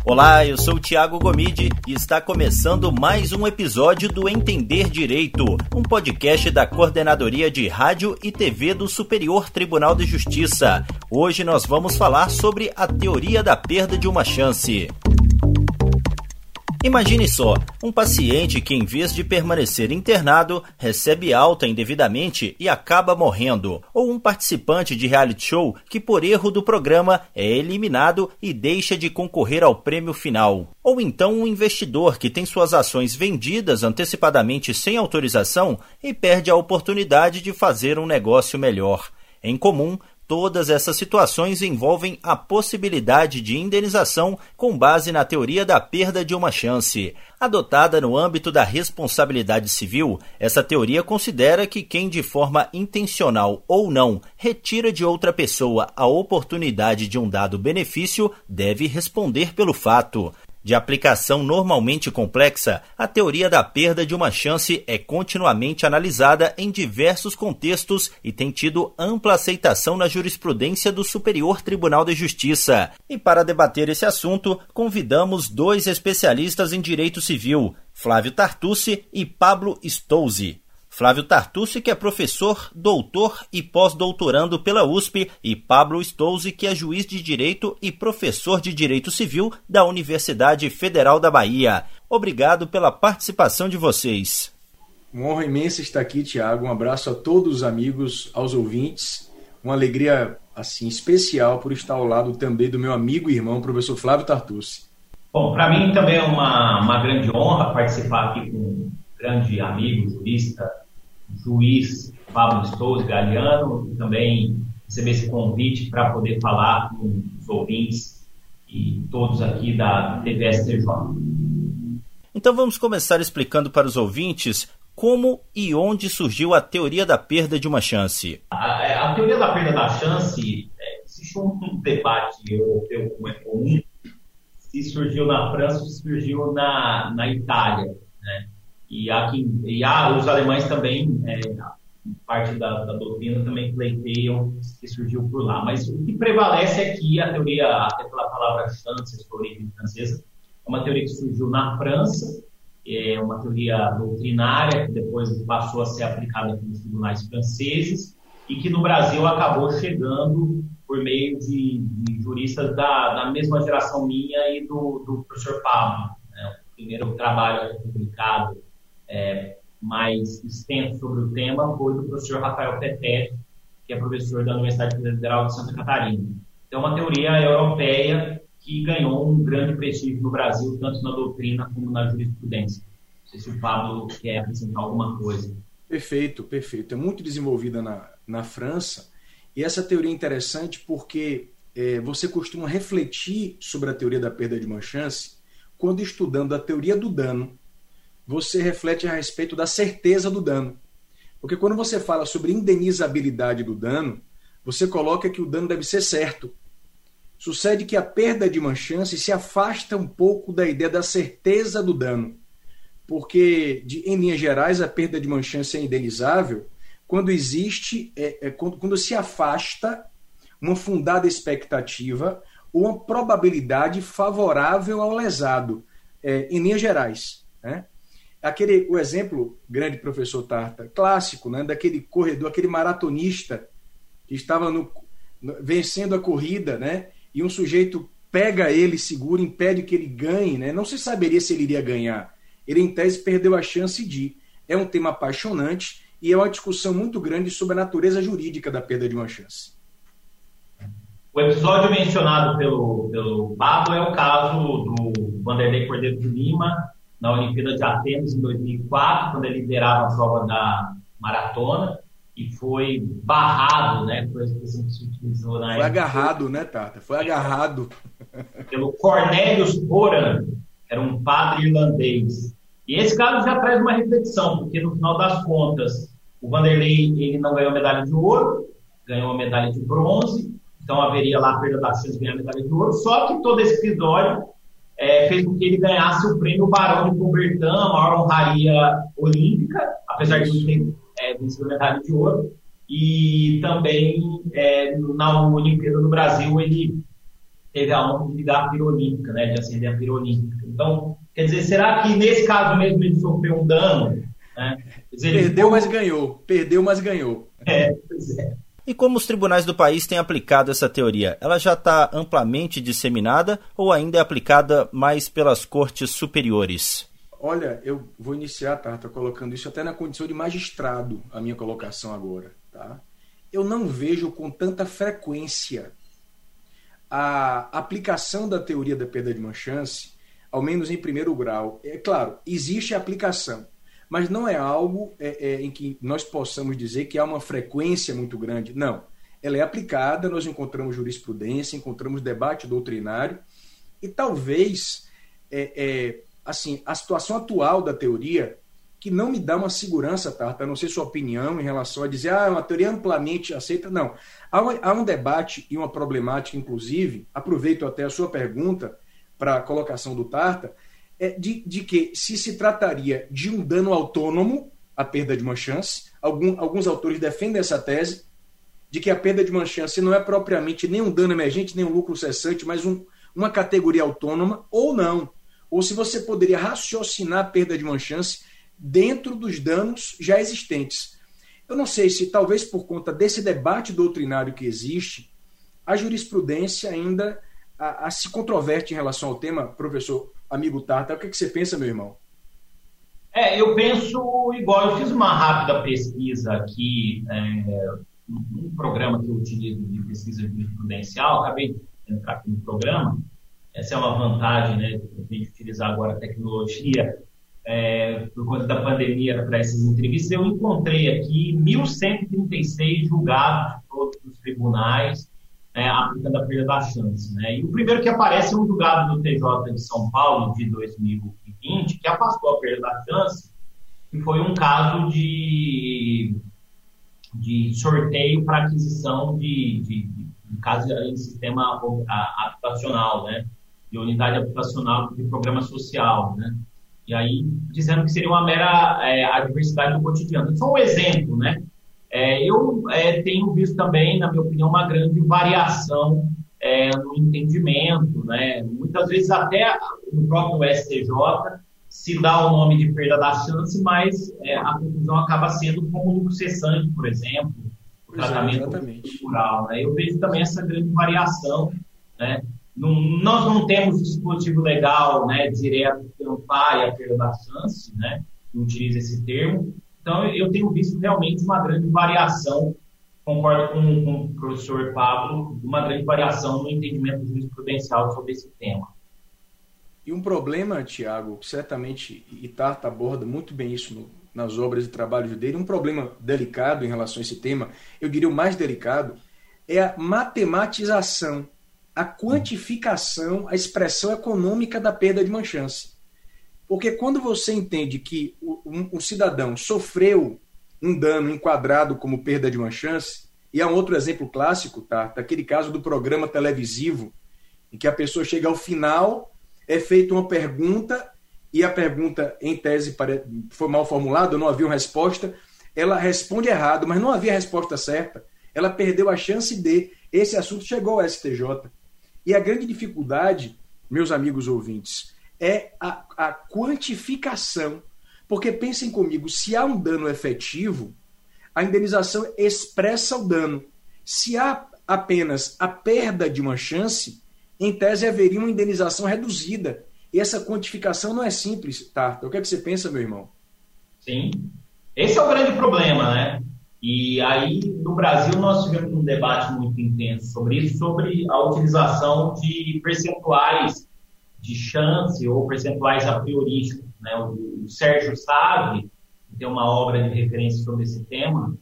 Olá, eu sou o Thiago Gomide e está começando mais um episódio do Entender Direito, um podcast da Coordenadoria de Rádio e TV do Superior Tribunal de Justiça. Hoje nós vamos falar sobre a teoria da perda de uma chance. Imagine só, um paciente que em vez de permanecer internado, recebe alta indevidamente e acaba morrendo. Ou um participante de reality show que por erro do programa é eliminado e deixa de concorrer ao prêmio final. Ou então um investidor que tem suas ações vendidas antecipadamente sem autorização e perde a oportunidade de fazer um negócio melhor. Em comum, todas essas situações envolvem a possibilidade de indenização com base na teoria da perda de uma chance. Adotada no âmbito da responsabilidade civil, essa teoria considera que quem de forma intencional ou não retira de outra pessoa a oportunidade de um dado benefício deve responder pelo fato. De aplicação normalmente complexa, a teoria da perda de uma chance é continuamente analisada em diversos contextos e tem tido ampla aceitação na jurisprudência do Superior Tribunal de Justiça. E para debater esse assunto, convidamos dois especialistas em direito civil, Flávio Tartucci e Pablo Stolze. Flávio Tartucci, que é professor, doutor e pós-doutorando pela USP, e Pablo Stolze, que é juiz de direito e professor de direito civil da Universidade Federal da Bahia. Obrigado pela participação de vocês. Uma honra imensa estar aqui, Thiago. Um abraço a todos os amigos, aos ouvintes. Uma alegria assim especial por estar ao lado também do meu amigo e irmão, professor Flávio Tartucci. Bom, para mim também é uma grande honra participar aqui com um grande amigo, jurista, juiz Pablo Stolze Galiano, e também receber esse convite para poder falar com os ouvintes e todos aqui da TVSTJ. Então vamos começar explicando para os ouvintes como e onde surgiu a teoria da perda de uma chance. A teoria da perda da chance, existe um debate europeu como é comum, se surgiu na França ou se surgiu na Itália, né? E os alemães também, parte da doutrina também pleiteiam que surgiu por lá. Mas o que prevalece é que a teoria, até pela palavra chance, sua origem francesa, é uma teoria que surgiu na França, é uma teoria doutrinária que depois passou a ser aplicada pelos tribunais franceses e que no Brasil acabou chegando por meio de juristas da mesma geração minha e do professor Pablo, né? O primeiro trabalho publicado mais extenso sobre o tema foi do professor Rafael Petetti, que é professor da Universidade Federal de Santa Catarina. Então, é uma teoria europeia que ganhou um grande prestígio no Brasil, tanto na doutrina como na jurisprudência. Não sei se o Pablo quer acrescentar alguma coisa. Perfeito. É muito desenvolvida na França, e essa teoria é interessante porque você costuma refletir sobre a teoria da perda de uma chance quando estudando a teoria do dano. Você reflete a respeito da certeza do dano. Porque quando você fala sobre indenizabilidade do dano, você coloca que o dano deve ser certo. Sucede que a perda de uma chance se afasta um pouco da ideia da certeza do dano. Porque, em linhas gerais, a perda de uma chance é indenizável quando existe, quando se afasta uma fundada expectativa ou uma probabilidade favorável ao lesado, em linhas gerais, né? O exemplo, grande professor Tarta, clássico, né, daquele corredor, aquele maratonista que estava vencendo a corrida, né, e um sujeito pega ele, segura, impede que ele ganhe, né, não se saberia se ele iria ganhar. Ele, em tese, perdeu a chance de. É um tema apaixonante e é uma discussão muito grande sobre a natureza jurídica da perda de uma chance. O episódio mencionado pelo Pablo é o caso do Vanderlei Cordeiro de Lima, na Olimpíada de Atenas, em 2004, quando ele liderava a prova da maratona e foi barrado, né? Foi a expressão que se utilizou na época. Foi agarrado, né, Tata? Foi agarrado. Pelo Cornelius Horan, que era um padre irlandês. E esse caso já traz uma reflexão, porque no final das contas, o Vanderlei ele não ganhou medalha de ouro, ganhou a medalha de bronze, então haveria lá a perda da chance de ganhar a medalha de ouro, só que todo esse episódio fez com que ele ganhasse o prêmio Barão de Coubertin, a maior honraria olímpica, apesar de ele ter vencido a medalha de ouro. E também na Olimpíada do Brasil ele teve a onda de ligar a pira olímpica, né, de acender a pira olímpica. Então, quer dizer, será que nesse caso mesmo ele sofreu um dano? Né? Dizer, perdeu, mas ganhou. Perdeu, mas ganhou. Pois é. E como os tribunais do país têm aplicado essa teoria? Ela já está amplamente disseminada ou ainda é aplicada mais pelas cortes superiores? Olha, eu vou iniciar, Tarta, colocando isso até na condição de magistrado, a minha colocação agora. Tá? Eu não vejo com tanta frequência a aplicação da teoria da perda de manchance, ao menos em primeiro grau. É claro, existe a aplicação, mas não é algo em que nós possamos dizer que há uma frequência muito grande. Não. Ela é aplicada, nós encontramos jurisprudência, encontramos debate doutrinário, e talvez assim, a situação atual da teoria, que não me dá uma segurança, Tarta, a não ser sua opinião em relação a dizer, é uma teoria amplamente aceita. Não. Há um debate e uma problemática, inclusive, aproveito até a sua pergunta para a colocação do Tarta, de que se trataria de um dano autônomo, a perda de uma chance. Alguns autores defendem essa tese, de que a perda de uma chance não é propriamente nem um dano emergente, nem um lucro cessante, mas uma categoria autônoma, ou não. Ou se você poderia raciocinar a perda de uma chance dentro dos danos já existentes. Eu não sei se, talvez por conta desse debate doutrinário que existe, a jurisprudência ainda se controverte em relação ao tema. Professor, amigo Tarta, o que você pensa, meu irmão? Eu penso igual. Eu fiz uma rápida pesquisa aqui, um programa que eu utilizo de pesquisa jurisprudencial, acabei de entrar aqui no programa. Essa é uma vantagem, né, de utilizar agora a tecnologia por conta da pandemia para essas entrevistas. Eu encontrei aqui 1.136 julgados de todos os tribunais aplicando a perda da chance. Né? E o primeiro que aparece é um julgado do TJ de São Paulo de 2020, que afastou a perda da chance, que foi um caso de sorteio para aquisição de caso em sistema habitacional, né? De unidade habitacional de programa social, né? E aí, dizendo que seria uma mera adversidade do cotidiano. Só um exemplo, né? Eu tenho visto também, na minha opinião, uma grande variação no entendimento, né? Muitas vezes até no próprio STJ se dá o nome de perda da chance, mas a conclusão acaba sendo como lucro cessante, por exemplo, o tratamento cultural, né? Eu vejo também essa grande variação, né? Nós não temos dispositivo legal, né, direto que ampare a perda da chance, né, que utiliza esse termo. Então, eu tenho visto realmente uma grande variação, concordo com o professor Pablo, uma grande variação no entendimento jurisprudencial sobre esse tema. E um problema, Tiago, certamente, e Tarta aborda muito bem isso nas obras e trabalhos dele, um problema delicado em relação a esse tema, eu diria o mais delicado, é a matematização, a quantificação, a expressão econômica da perda de uma chance. Porque quando você entende que um cidadão sofreu um dano enquadrado como perda de uma chance, e há um outro exemplo clássico, tá? Daquele caso do programa televisivo, em que a pessoa chega ao final, é feita uma pergunta, e a pergunta, em tese, foi mal formulada, não havia uma resposta, ela responde errado, mas não havia a resposta certa, ela perdeu a chance de, esse assunto chegou ao STJ. E a grande dificuldade, meus amigos ouvintes, é a quantificação. Porque pensem comigo, se há um dano efetivo, a indenização expressa o dano. Se há apenas a perda de uma chance, em tese haveria uma indenização reduzida. E essa quantificação não é simples, Tarta. O que é que você pensa, meu irmão? Sim. Esse é o grande problema, né? E aí, no Brasil, nós tivemos um debate muito intenso sobre isso, sobre a utilização de percentuais de chance ou percentuais a priorísticos, né? O Sérgio Savi, que tem uma obra de referência sobre esse tema,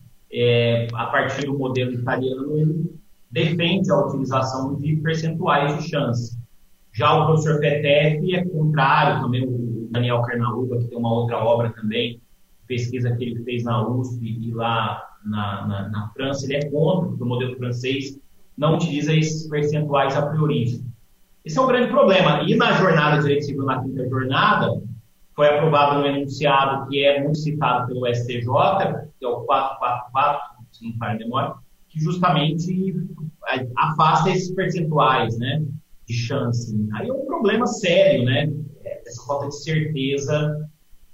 a partir do modelo italiano, ele defende a utilização de percentuais de chance. Já o professor Petef é contrário, também o Daniel Carnaúba, que tem uma outra obra também, pesquisa que ele fez na USP e lá na França, ele é contra, porque o modelo francês não utiliza esses percentuais a priori. Esse é um grande problema. E na jornada de direito civil, na quinta jornada, foi aprovado um enunciado que é muito citado pelo STJ, que é o 444, se não me falha a memória, que justamente afasta esses percentuais, né? de chance. Aí é um problema sério, né? Essa falta de certeza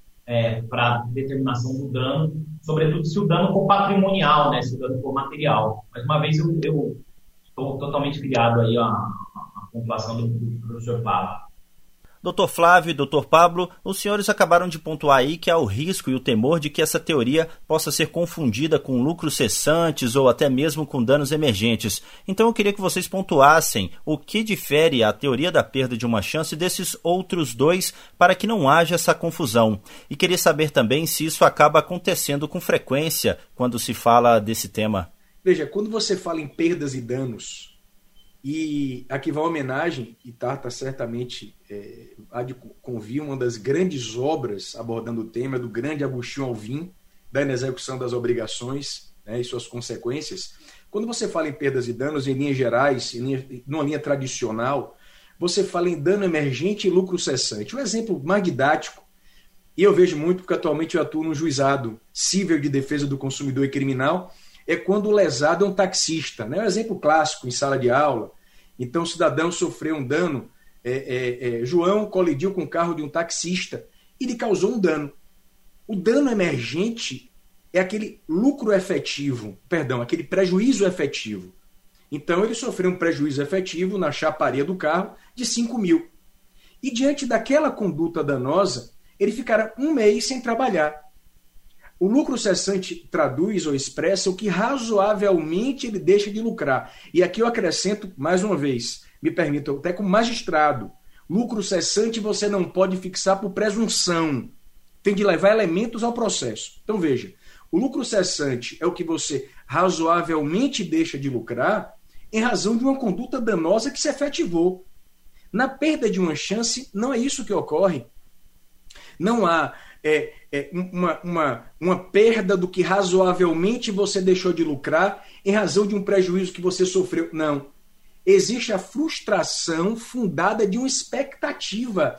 para determinação do dano, sobretudo se o dano for patrimonial, né? Se o dano for material. Mais uma vez, eu estou totalmente ligado aí à pontuação do professor Pablo. Dr. Flávio e Dr. Pablo, os senhores acabaram de pontuar aí que há o risco e o temor de que essa teoria possa ser confundida com lucros cessantes ou até mesmo com danos emergentes. Então eu queria que vocês pontuassem o que difere a teoria da perda de uma chance desses outros dois para que não haja essa confusão. E queria saber também se isso acaba acontecendo com frequência quando se fala desse tema. Veja, quando você fala em perdas e danos, e aqui vai uma homenagem, e Tarta certamente há de convir uma das grandes obras abordando o tema, do grande Agostinho Alvim, da inexecução das obrigações, né, e suas consequências. Quando você fala em perdas e danos, em linhas gerais, numa linha tradicional, você fala em dano emergente e lucro cessante. O exemplo mais didático, e eu vejo muito porque atualmente eu atuo no juizado cível de defesa do consumidor e criminal, é quando o lesado é um taxista. Né? É um exemplo clássico em sala de aula. Então, o cidadão sofreu um dano. João colidiu com o carro de um taxista e lhe causou um dano. O dano emergente é aquele lucro efetivo, aquele prejuízo efetivo. Então, ele sofreu um prejuízo efetivo na chaparia do carro de 5 mil. E diante daquela conduta danosa, ele ficará 1 mês sem trabalhar. O lucro cessante traduz ou expressa o que razoavelmente ele deixa de lucrar. E aqui eu acrescento mais uma vez, me permitam, até como magistrado, lucro cessante você não pode fixar por presunção. Tem de levar elementos ao processo. Então veja, o lucro cessante é o que você razoavelmente deixa de lucrar em razão de uma conduta danosa que se efetivou. Na perda de uma chance, não é isso que ocorre. Não há uma perda do que razoavelmente você deixou de lucrar em razão de um prejuízo que você sofreu. Não. Existe a frustração fundada de uma expectativa.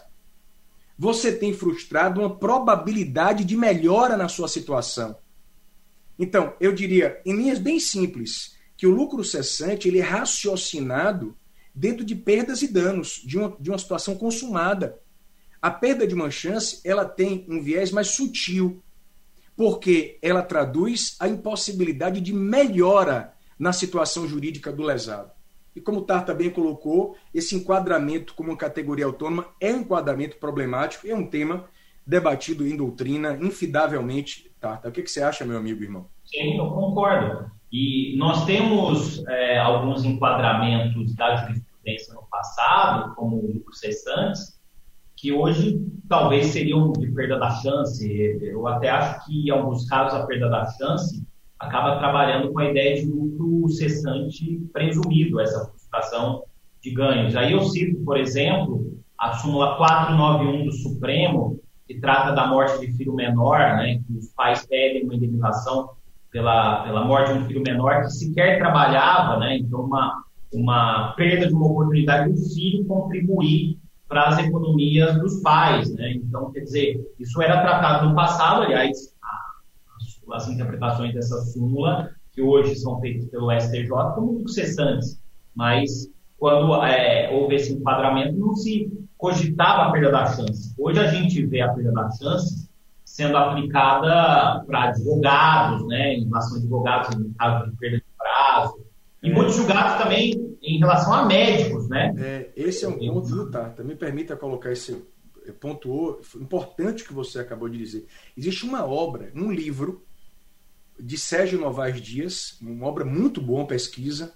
Você tem frustrado uma probabilidade de melhora na sua situação. Então, eu diria, em linhas bem simples, que o lucro cessante ele é raciocinado dentro de perdas e danos, de uma situação consumada. A perda de uma chance, ela tem um viés mais sutil, porque ela traduz a impossibilidade de melhora na situação jurídica do lesado. E como o Tarta bem colocou, esse enquadramento como uma categoria autônoma é um enquadramento problemático e é um tema debatido em doutrina, infidavelmente. Tarta, o que você acha, meu amigo irmão? Sim, eu concordo. E nós temos alguns enquadramentos da jurisprudência no passado, como lucros cessantes, que hoje talvez seriam de perda da chance. Eu até acho que, em alguns casos, a perda da chance acaba trabalhando com a ideia de lucro cessante presumido, essa frustração de ganhos. Aí eu cito, por exemplo, a súmula 491 do Supremo, que trata da morte de filho menor, né, que os pais pedem uma indenização pela morte de um filho menor que sequer trabalhava, né, então uma perda de uma oportunidade do filho contribuir para as economias dos pais, né? Então, quer dizer, isso era tratado no passado, aliás, as interpretações dessa súmula, que hoje são feitas pelo STJ, como lucros cessantes, mas quando houve esse enquadramento, não se cogitava a perda da chance. Hoje a gente vê a perda da chance sendo aplicada para advogados, né? Em relação a advogados, no caso de perda de prazo, e muitos julgados também em relação a médicos, né? Esse é um ponto, viu, Tarta? Me permita colocar esse ponto importante que você acabou de dizer. Existe uma obra, um livro de Sérgio Novaes Dias, uma obra muito boa, uma pesquisa,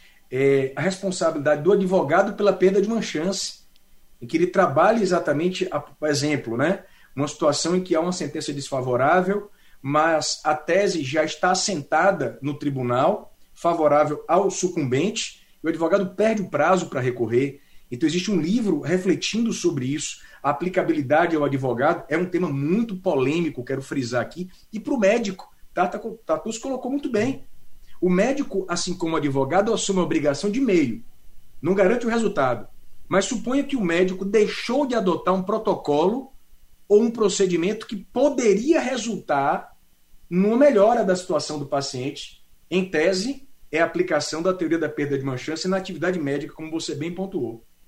a responsabilidade do advogado pela perda de uma chance, em que ele trabalha exatamente, por exemplo, né? Uma situação em que há uma sentença desfavorável, mas a tese já está assentada no tribunal, favorável ao sucumbente, e o advogado perde o prazo para recorrer. Então existe um livro refletindo sobre isso. A aplicabilidade ao advogado é um tema muito polêmico, quero frisar aqui, e para o médico. Tatus colocou muito bem. O médico, assim como o advogado, assume a obrigação de meio. Não garante o resultado. Mas suponha que o médico deixou de adotar um protocolo ou um procedimento que poderia resultar numa melhora da situação do paciente. Em tese, é a aplicação da teoria da perda de uma chance na atividade médica, como você bem pontuou.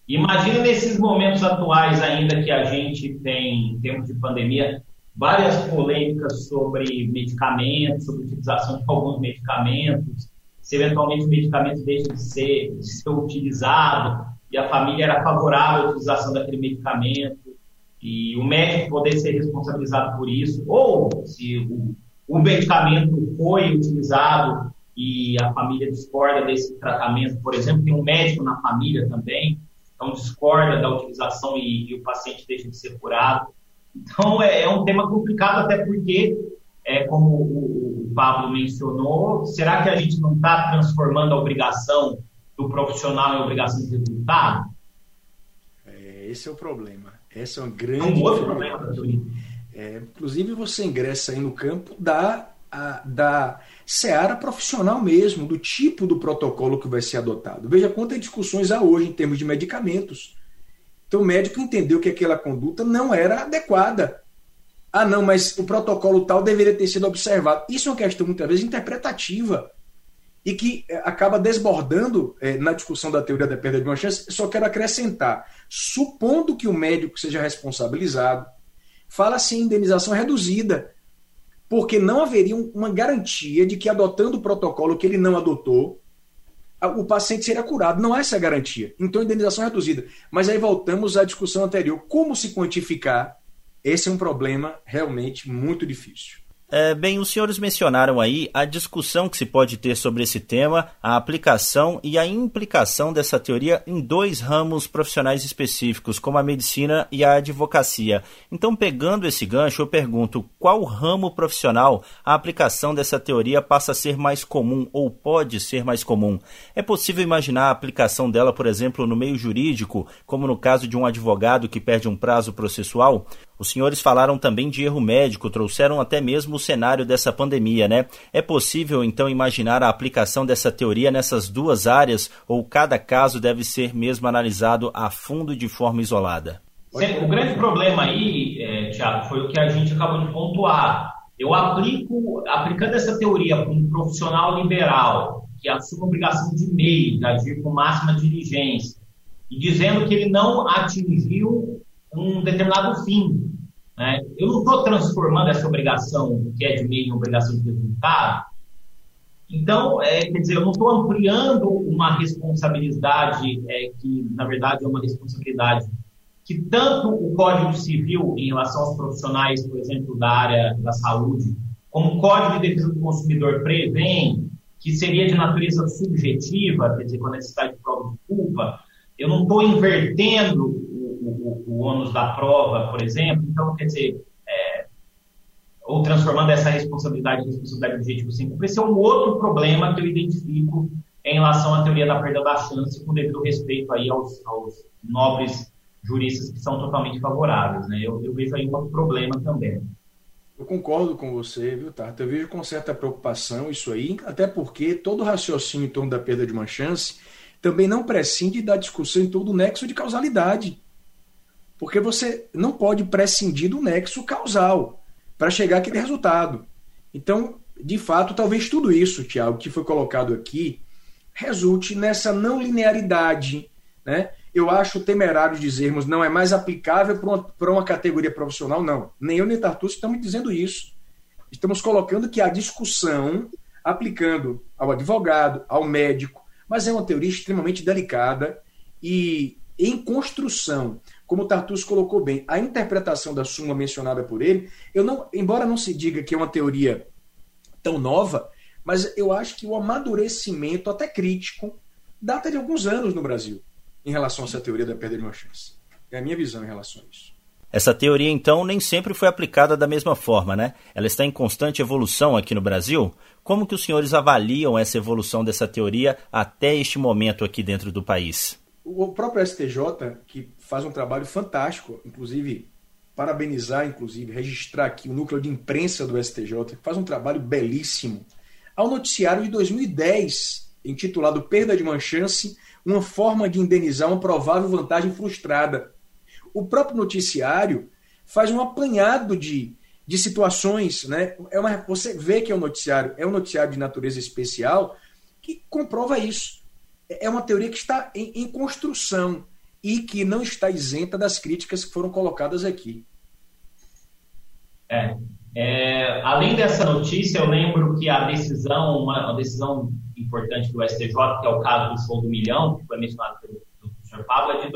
Imagina nesses momentos atuais ainda que a gente tem, em termos de pandemia, várias polêmicas sobre medicamentos, sobre utilização de alguns medicamentos, se eventualmente o medicamento deixa de ser utilizado e a família era favorável à utilização daquele medicamento e o médico poder ser responsabilizado por isso, ou se o medicamento foi utilizado e a família discorda desse tratamento, por exemplo, tem um médico na família também, então discorda da utilização e o paciente deixa de ser curado. Então é um tema complicado, até porque, como o Pablo mencionou, será que a gente não está transformando a obrigação do profissional em obrigação de resultado? Esse é o problema. Esse é um grande problema. Inclusive, você ingressa aí no campo da seara profissional mesmo, do tipo do protocolo que vai ser adotado. Veja quantas discussões há hoje em termos de medicamentos. Então, o médico entendeu que aquela conduta não era adequada. Ah, não, mas o protocolo tal deveria ter sido observado. Isso é uma questão, muitas vezes, interpretativa e que acaba desbordando na discussão da teoria da perda de uma chance. Só quero acrescentar, supondo que o médico seja responsabilizado, fala-se em indenização reduzida, porque não haveria uma garantia de que, adotando o protocolo que ele não adotou, o paciente seria curado. Não há essa garantia. Então, indenização reduzida. Mas aí voltamos à discussão anterior. Como se quantificar? Esse é um problema realmente muito difícil. Bem, os senhores mencionaram aí a discussão que se pode ter sobre esse tema, a aplicação e a implicação dessa teoria em dois ramos profissionais específicos, como a medicina e a advocacia. Então, pegando esse gancho, eu pergunto, qual ramo profissional a aplicação dessa teoria passa a ser mais comum ou pode ser mais comum? É possível imaginar a aplicação dela, por exemplo, no meio jurídico, como no caso de um advogado que perde um prazo processual? Os senhores falaram também de erro médico, trouxeram até mesmo o cenário dessa pandemia, né? É possível, então, imaginar a aplicação dessa teoria nessas duas áreas ou cada caso deve ser mesmo analisado a fundo de forma isolada? O grande problema aí, Thiago, foi o que a gente acabou de pontuar. Eu aplicando essa teoria para um profissional liberal que assume a obrigação de meio, de agir com máxima diligência, e dizendo que ele não atingiu um determinado fim. Né? Eu não estou transformando essa obrigação que é de meio em obrigação de resultado. Então, quer dizer, eu não estou ampliando uma responsabilidade que, na verdade, é uma responsabilidade que tanto o Código Civil, em relação aos profissionais, por exemplo, da área da saúde, como o Código de Defesa do Consumidor prevêem, que seria de natureza subjetiva, quer dizer, com a necessidade de prova de culpa. Eu não estou invertendo o ônus da prova, por exemplo. Então, quer dizer, ou transformando essa responsabilidade em responsabilidade objetiva sem cumprir. Esse é um outro problema que eu identifico em relação à teoria da perda da chance, com devido respeito aí aos nobres juristas que são totalmente favoráveis. Né? Eu vejo aí um outro problema também. Eu concordo com você, viu, Tarta? Eu vejo com certa preocupação isso aí, até porque todo o raciocínio em torno da perda de uma chance também não prescinde da discussão em torno do nexo de causalidade. Porque você não pode prescindir do nexo causal para chegar àquele resultado. Então, de fato, talvez tudo isso, Tiago, que foi colocado aqui, resulte nessa não linearidade. Né? Eu acho temerário dizermos não é mais aplicável para uma categoria profissional, não. Nem eu nem Tartucci estamos dizendo isso. Estamos colocando que a discussão, aplicando ao advogado, ao médico, mas é uma teoria extremamente delicada e em construção. Como o Tartucci colocou bem, a interpretação da súmula mencionada por ele, embora não se diga que é uma teoria tão nova, mas eu acho que o amadurecimento, até crítico, data de alguns anos no Brasil, em relação a essa teoria da perda de uma chance. É a minha visão em relação a isso. Essa teoria, então, nem sempre foi aplicada da mesma forma, né? Ela está em constante evolução aqui no Brasil. Como que os senhores avaliam essa evolução dessa teoria até este momento aqui dentro do país? O próprio STJ, que faz um trabalho fantástico, inclusive, parabenizar, registrar aqui o núcleo de imprensa do STJ, que faz um trabalho belíssimo, ao noticiário de 2010, intitulado Perda de uma Chance, uma forma de indenizar uma provável vantagem frustrada. O próprio noticiário faz um apanhado de situações, né? Você vê que é um noticiário de natureza especial que comprova isso. É uma teoria que está em construção. e que não está isenta das críticas que foram colocadas aqui. Além dessa notícia, eu lembro que a decisão, uma decisão importante do STJ, que é o caso do show do milhão, que foi mencionado pelo professor Pablo, é de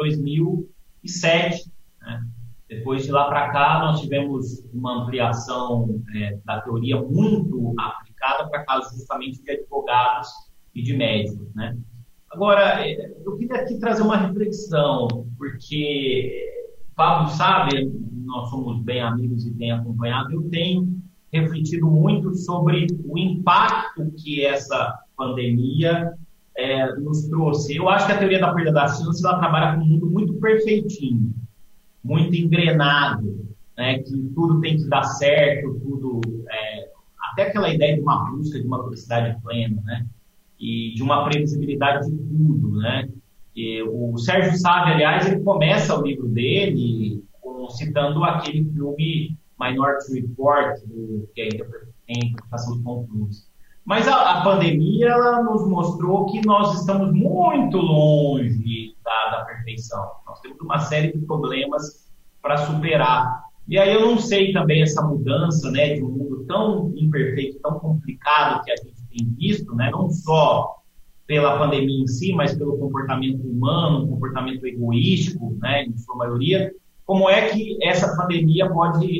2007. Né? Depois de lá para cá, nós tivemos uma ampliação da teoria muito aplicada para casos justamente de advogados e de médicos. Né? Agora, eu queria aqui trazer uma reflexão, porque o Pablo sabe, nós somos bem amigos e bem acompanhados, eu tenho refletido muito sobre o impacto que essa pandemia nos trouxe. Eu acho que a teoria da perda da chance ela trabalha com um mundo muito perfeitinho, muito engrenado, né, que tudo tem que dar certo, tudo, até aquela ideia de uma busca de uma felicidade plena, né, e de uma previsibilidade de tudo, né. E o Sérgio Sávio, aliás, ele começa o livro dele citando aquele filme Minority Report, que é a interpretação do Tom Cruise. Mas a pandemia ela nos mostrou que nós estamos muito longe da perfeição. Nós temos uma série de problemas para superar. E aí eu não sei também essa mudança, né, de um mundo tão imperfeito, tão complicado que a gente tem visto, né, não só pela pandemia em si, mas pelo comportamento humano, um comportamento egoístico, né, em sua maioria. Como é que essa pandemia pode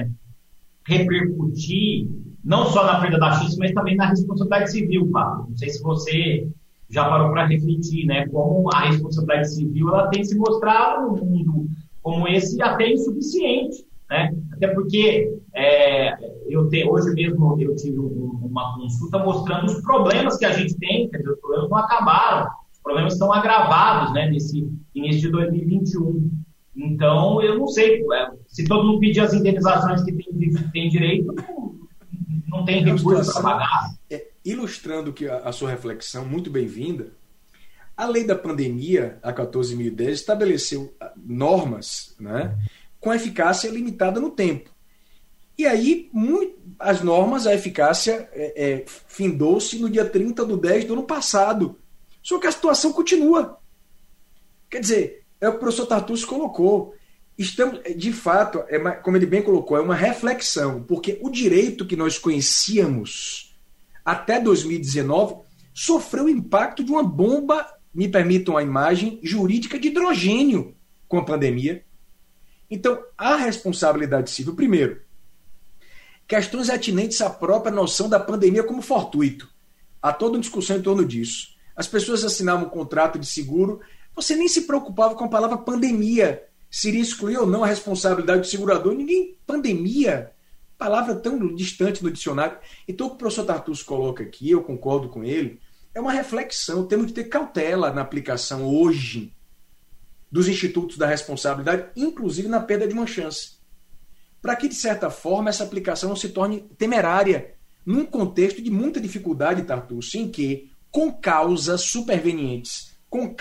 repercutir não só na perda da chance, mas também na responsabilidade civil, Pablo? Não sei se você já parou para refletir, né? Como a responsabilidade civil ela tem se mostrado num mundo como esse até insuficiente, né? Até porque hoje mesmo eu tive uma consulta mostrando os problemas que a gente tem, quer dizer, os problemas não acabaram, os problemas estão agravados, né? Nesse início de 2021. Então, eu não sei, se todo mundo pedir as indenizações que tem direito, não tem recurso para pagar. Ilustrando que a sua reflexão, muito bem-vinda, a lei da pandemia, a 14.010, estabeleceu normas, né, com eficácia limitada no tempo. E aí, as normas, a eficácia findou-se no dia 30/10 do ano passado. Só que a situação continua. Quer dizer, é o que o professor Tartucci colocou. Estamos, de fato, como ele bem colocou, é uma reflexão, porque o direito que nós conhecíamos até 2019 sofreu o impacto de uma bomba, me permitam a imagem, jurídica de hidrogênio com a pandemia. Então, a responsabilidade civil, primeiro, questões atinentes à própria noção da pandemia como fortuito. Há toda uma discussão em torno disso. As pessoas assinavam um contrato de seguro, você nem se preocupava com a palavra pandemia, se iria excluir ou não a responsabilidade do segurador. Ninguém, pandemia, palavra tão distante no dicionário. Então o que o professor Tartucci coloca aqui, eu concordo com ele, é uma reflexão. Temos que ter cautela na aplicação hoje dos institutos da responsabilidade, inclusive na perda de uma chance, para que, de certa forma, essa aplicação não se torne temerária, num contexto de muita dificuldade, Tartucci, em que, com causas supervenientes,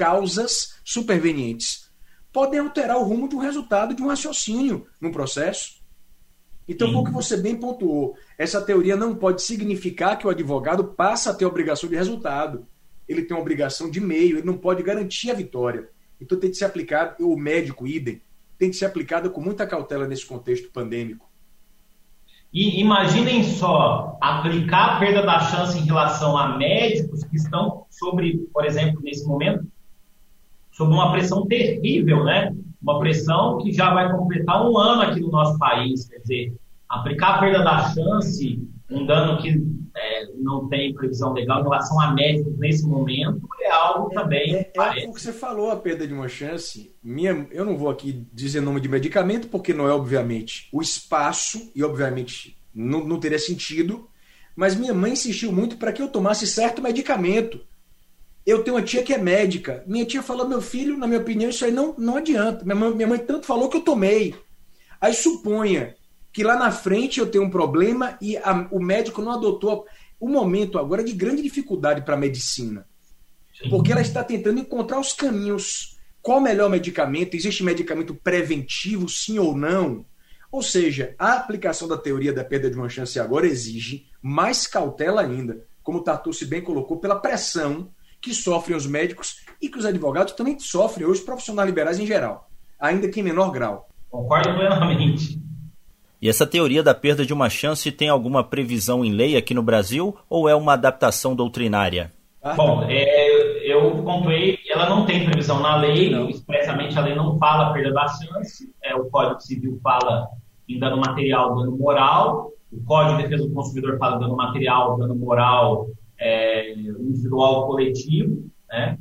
podem alterar o rumo de um resultado, de um raciocínio no processo. Então, como que você bem pontuou, essa teoria não pode significar que o advogado passa a ter obrigação de resultado. Ele tem uma obrigação de meio, ele não pode garantir a vitória. Então tem que ser aplicado, o médico, idem, tem que ser aplicado com muita cautela nesse contexto pandêmico. E imaginem só, aplicar a perda da chance em relação a médicos que estão sobre, por exemplo, nesse momento, sob uma pressão terrível, né? Uma pressão que já vai completar 1 ano aqui no nosso país. Quer dizer, aplicar a perda da chance, um dano que não tem previsão legal em relação a médicos nesse momento, é algo também... É o que você falou, a perda de uma chance. Eu não vou aqui dizer nome de medicamento, porque não é, obviamente, o espaço, e, obviamente, não teria sentido, mas minha mãe insistiu muito para que eu tomasse certo medicamento. Eu tenho uma tia que é médica. Minha tia falou, meu filho, na minha opinião, isso aí não adianta. Minha mãe tanto falou que eu tomei. Aí suponha que lá na frente eu tenho um problema e o médico não adotou o momento agora de grande dificuldade para a medicina. Sim. Porque ela está tentando encontrar os caminhos. Qual o melhor medicamento? Existe medicamento preventivo, sim ou não? Ou seja, a aplicação da teoria da perda de uma chance agora exige mais cautela ainda, como o Tartucci bem colocou, pela pressão que sofrem os médicos e que os advogados também sofrem hoje, os profissionais liberais em geral, ainda que em menor grau. Concordo plenamente. E essa teoria da perda de uma chance tem alguma previsão em lei aqui no Brasil ou é uma adaptação doutrinária? Bom, eu pontuei, ela não tem previsão na lei, expressamente a lei não fala perda da chance, o Código Civil fala em dano material, dano moral, o Código de Defesa do Consumidor fala em dano material, dano moral individual coletivo, né?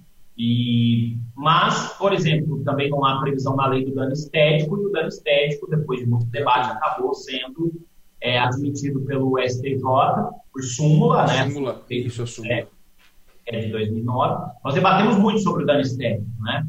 Mas, por exemplo, também não há previsão na lei do dano estético, e o dano estético, depois de muito debate, acabou sendo admitido pelo STJ por súmula, né? Súmula, isso é súmula. É de 2009. Nós debatemos muito sobre o dano estético, né?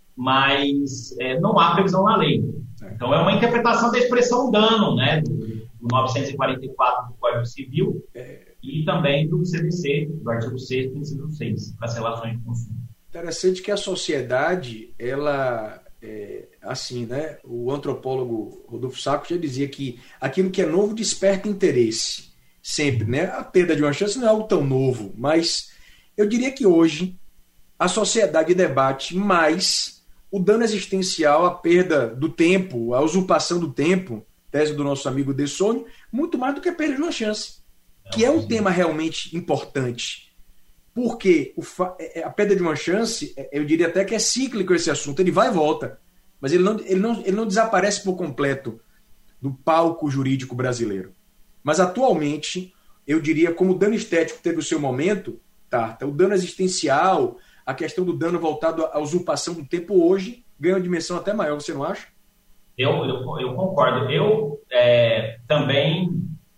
Mas não há previsão na lei. Então, é uma interpretação da expressão dano, né? Do 944 do Código Civil e também do CDC, do artigo 6º, inciso 6, das relações de consumo. Interessante que a sociedade, ela, assim, né? O antropólogo Rodolfo Sacco já dizia que aquilo que é novo desperta interesse, sempre, né? A perda de uma chance não é algo tão novo, mas eu diria que hoje a sociedade debate mais o dano existencial, a perda do tempo, a usurpação do tempo, tese do nosso amigo De Sonho, muito mais do que a perda de uma chance, que é um tema realmente importante. Porque a perda de uma chance, eu diria até que é cíclico esse assunto, ele vai e volta, mas ele não desaparece por completo do palco jurídico brasileiro. Mas atualmente, eu diria, como o dano estético teve o seu momento, Tarta, o dano existencial, a questão do dano voltado à usurpação do tempo hoje ganha uma dimensão até maior, você não acha? Eu concordo. Eu também,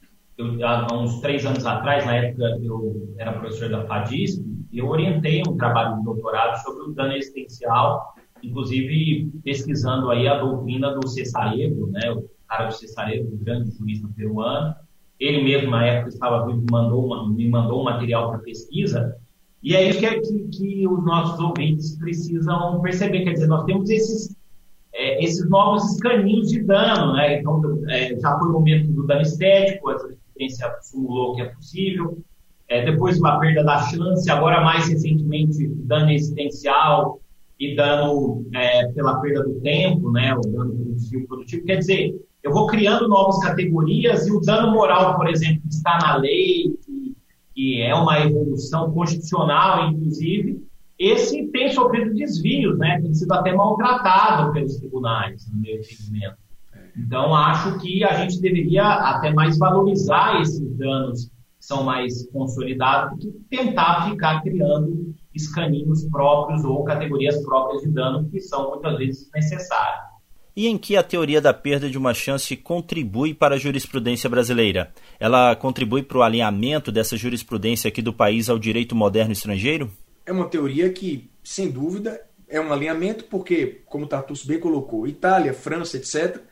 há uns 3 anos atrás, na época eu era professor da FADISP, e eu orientei um trabalho de doutorado sobre o dano existencial, inclusive pesquisando aí a doutrina do Cesarevo, né, o cara do Cesarevo, um grande jurista peruano. Ele mesmo, na época, estava vivo, me mandou um material para pesquisa, e é isso que os nossos ouvintes precisam perceber. Quer dizer, nós temos esses novos escaninhos de dano, né? Então, já foi o momento do dano estético, a jurisprudência simulou que é possível, depois a perda da chance, agora mais recentemente dano existencial e dano pela perda do tempo, né? O dano produtivo. Quer dizer, eu vou criando novas categorias e o dano moral, por exemplo, que está na lei, que é uma evolução constitucional, inclusive, esse tem sofrido desvios, né? Tem sido até maltratado pelos tribunais, no meu entendimento. Então, acho que a gente deveria até mais valorizar esses danos que são mais consolidados do que tentar ficar criando escaninhos próprios ou categorias próprias de dano que são muitas vezes necessárias. E em que a teoria da perda de uma chance contribui para a jurisprudência brasileira? Ela contribui para o alinhamento dessa jurisprudência aqui do país ao direito moderno estrangeiro? É uma teoria que, sem dúvida, é um alinhamento porque, como o Tartuccio bem colocou, Itália, França, etc.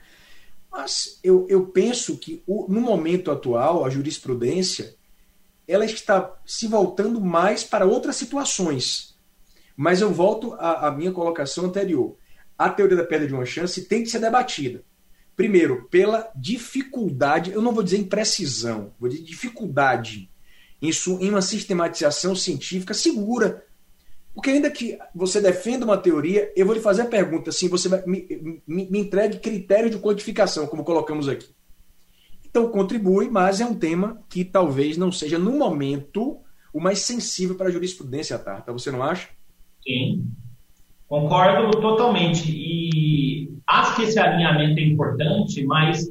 Mas eu penso que, no momento atual, a jurisprudência ela está se voltando mais para outras situações. Mas eu volto à minha colocação anterior. A teoria da perda de uma chance tem que ser debatida. Primeiro, pela dificuldade, eu não vou dizer imprecisão, vou dizer dificuldade em uma sistematização científica segura. Porque ainda que você defenda uma teoria, eu vou lhe fazer a pergunta, assim, você vai, me entregue critério de quantificação, como colocamos aqui. Então, contribui, mas é um tema que talvez não seja, no momento, o mais sensível para a jurisprudência, Tarta. Você não acha? Sim. Concordo totalmente, e acho que esse alinhamento é importante, mas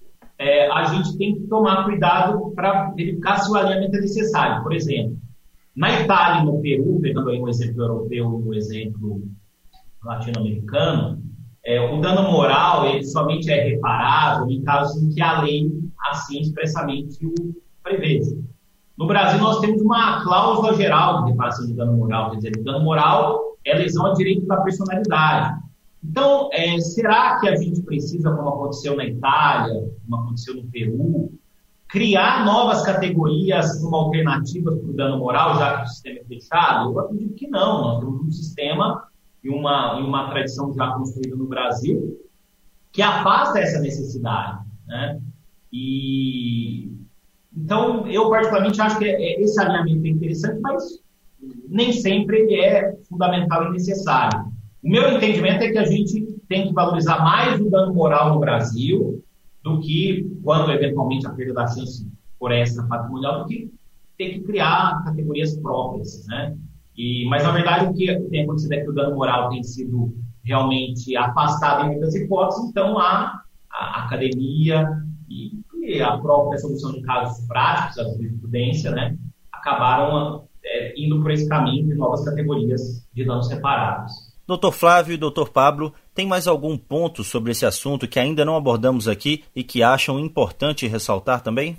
a gente tem que tomar cuidado para verificar se o alinhamento é necessário. Por exemplo, na Itália e no Peru, pegando aí um exemplo europeu e um exemplo latino-americano, o dano moral ele somente é reparável em casos em que a lei assim expressamente o prevê. No Brasil, nós temos uma cláusula geral de reparação de dano moral, quer dizer, o dano moral é lesão a direito da personalidade. Então, será que a gente precisa, como aconteceu na Itália, como aconteceu no Peru, criar novas categorias como alternativas para o dano moral, já que o sistema é fechado? Eu acredito que não. Nós temos um sistema e uma tradição já construída no Brasil que afasta essa necessidade, né? Então, eu particularmente acho que esse alinhamento é interessante, mas nem sempre ele é fundamental e necessário. O meu entendimento é que a gente tem que valorizar mais o dano moral no Brasil do que, quando eventualmente a perda da chance por extra patrimonial, do que ter que criar categorias próprias, né? Mas, na verdade, o que tem acontecido é que o dano moral tem sido realmente afastado em muitas hipóteses, então a academia e a própria solução de casos práticos, a jurisprudência, né, acabaram indo por esse caminho de novas categorias de danos separados. Dr. Flávio e Dr. Pablo, tem mais algum ponto sobre esse assunto que ainda não abordamos aqui e que acham importante ressaltar também?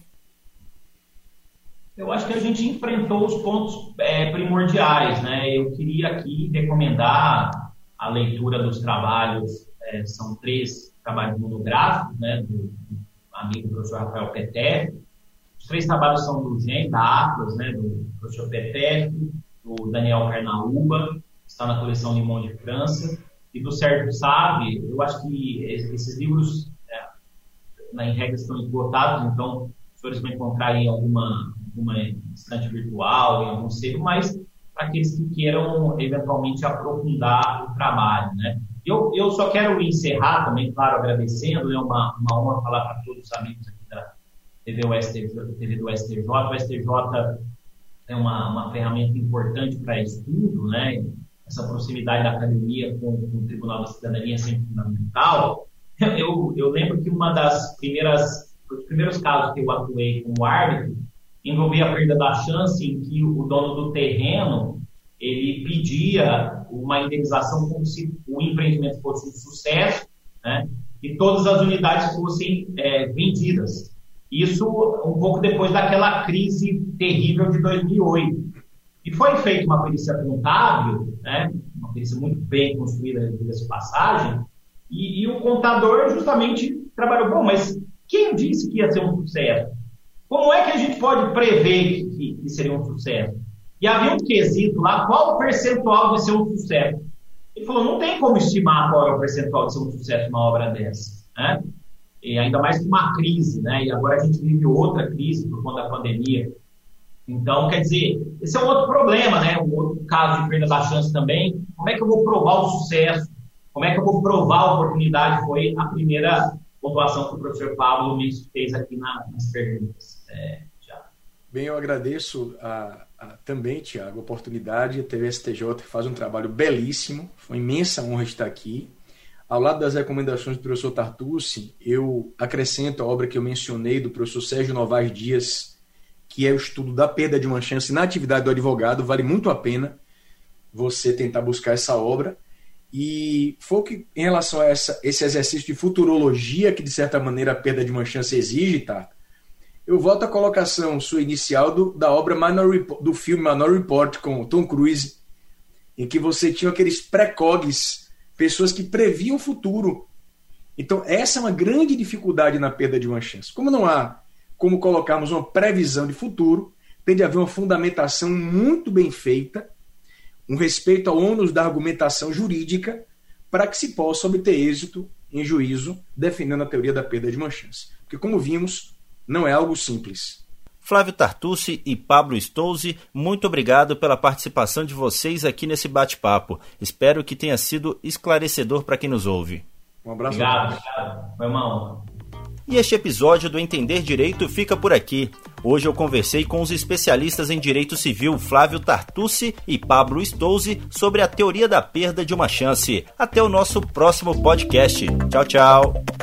Eu acho que a gente enfrentou os pontos primordiais, né? Eu queria aqui recomendar a leitura dos trabalhos, são 3 trabalhos monográficos, né, do amigo professor Rafael Peteff. Os 3 trabalhos são do GEM, da Atlas, né, do professor Peteff, do Daniel Carnaúba, que está na coleção Limão de França, e do Sérgio Sabe. Eu acho que esses livros, em regra, estão esgotados, então os senhores vão encontrar em alguma estante virtual, em algum sebo, mas para aqueles que queiram eventualmente aprofundar o trabalho, né? Eu só quero encerrar também, claro, agradecendo, é uma honra falar para todos os amigos aqui da TV do STJ. O STJ é uma ferramenta importante para estudo, né? Essa proximidade da academia com o Tribunal da Cidadania é sempre fundamental. Eu lembro que os primeiros casos que eu atuei como árbitro envolvia a perda da chance, em que o dono do terreno ele pedia uma indenização como se o empreendimento fosse um sucesso, né, e todas as unidades fossem vendidas. Isso um pouco depois daquela crise terrível de 2008. E foi feita uma perícia contábil, né, uma perícia muito bem construída, diga-se passagem, e o contador justamente trabalhou, bom, mas quem disse que ia ser um sucesso? Como é que a gente pode prever que seria um sucesso? E havia um quesito lá, qual o percentual de ser um sucesso? Ele falou, não tem como estimar qual é o percentual de ser um sucesso numa obra dessa, né? E ainda mais com uma crise, né? E agora a gente vive outra crise por conta da pandemia. Então, quer dizer, esse é um outro problema, né? Um outro caso de perda da chance também. Como é que eu vou provar o sucesso? Como é que eu vou provar a oportunidade? Foi a primeira pontuação que o professor Pablo me fez aqui nas perguntas. Bem, eu agradeço também, Tiago, a oportunidade. A TV STJ faz um trabalho belíssimo. Foi uma imensa honra estar aqui. Ao lado das recomendações do professor Tartucci, eu acrescento a obra que eu mencionei do professor Sérgio Novaes Dias, que é o estudo da perda de uma chance na atividade do advogado. Vale muito a pena você tentar buscar essa obra. E foi que, em relação a esse exercício de futurologia que, de certa maneira, a perda de uma chance exige, tá? Eu volto à colocação sua inicial da obra do filme Minority Report com Tom Cruise, em que você tinha aqueles pré-cogs, pessoas que previam o futuro. Então, essa é uma grande dificuldade na perda de uma chance. Como não há como colocarmos uma previsão de futuro, tem de haver uma fundamentação muito bem feita, um respeito ao ônus da argumentação jurídica, para que se possa obter êxito em juízo, defendendo a teoria da perda de uma chance. Porque, como vimos, não é algo simples. Flávio Tartucci e Pablo Stolze, muito obrigado pela participação de vocês aqui nesse bate-papo. Espero que tenha sido esclarecedor para quem nos ouve. Um abraço. Obrigado. Foi uma honra. E este episódio do Entender Direito fica por aqui. Hoje eu conversei com os especialistas em Direito Civil Flávio Tartucci e Pablo Stolze sobre a teoria da perda de uma chance. Até o nosso próximo podcast. Tchau, tchau.